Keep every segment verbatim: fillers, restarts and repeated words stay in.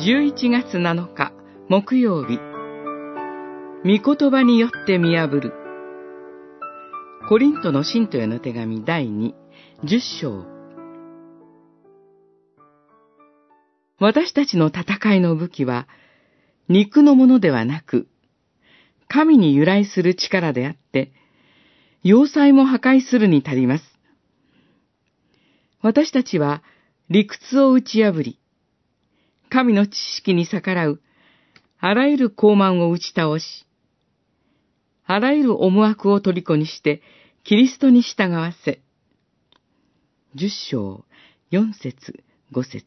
じゅういちがつなのか木曜日、御言葉によって見破る。コリントの信徒への手紙だいに、じゅっ章。私たちの戦いの武器は肉のものではなく、神に由来する力であって、要塞も破壊するに足ります。私たちは理屈を打ち破り、神の知識に逆らうあらゆる傲慢を打ち倒し、あらゆる思惑を虜にしてキリストに従わせ。じゅっ章よん節ご節。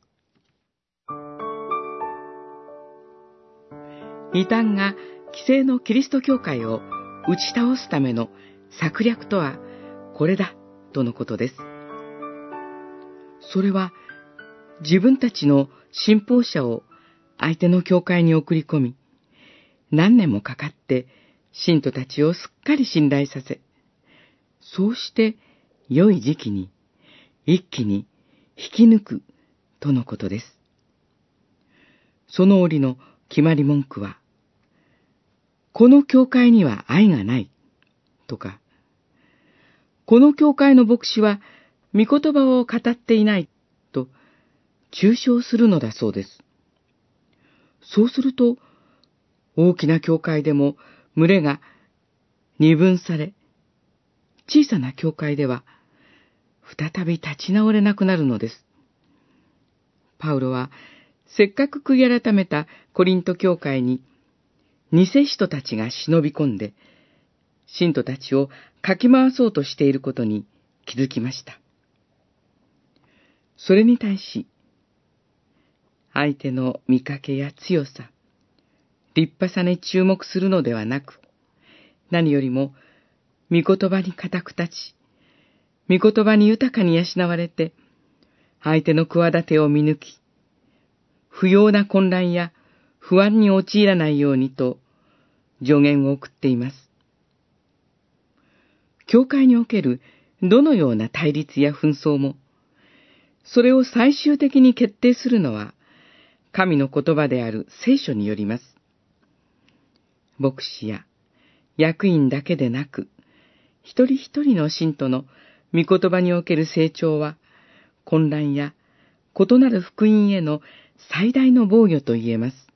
異端が既成のキリスト教会を打ち倒すための策略とはこれだとのことです。それは自分たちの信奉者を相手の教会に送り込み、何年もかかって信徒たちをすっかり信頼させ、そうして良い時期に一気に引き抜くとのことです。その折の決まり文句は、この教会には愛がないとか、この教会の牧師は御言葉を語っていないと中傷するのだそうです。そうすると、大きな教会でも群れが二分され、小さな教会では再び立ち直れなくなるのです。パウロはせっかく悔い改めたコリント教会に偽使徒たちが忍び込んで、信徒たちをかき回そうとしていることに気づきました。それに対し、相手の見かけや強さ、立派さに注目するのではなく、何よりも御言葉に固く立ち、御言葉に豊かに養われて、相手の企てを見抜き、不要な混乱や不安に陥らないようにと助言を送っています。教会におけるどのような対立や紛争も、それを最終的に決定するのは、神の言葉である聖書によります。牧師や役員だけでなく、一人一人の信徒の御言葉における成長は、混乱や異なる福音への最大の防御と言えます。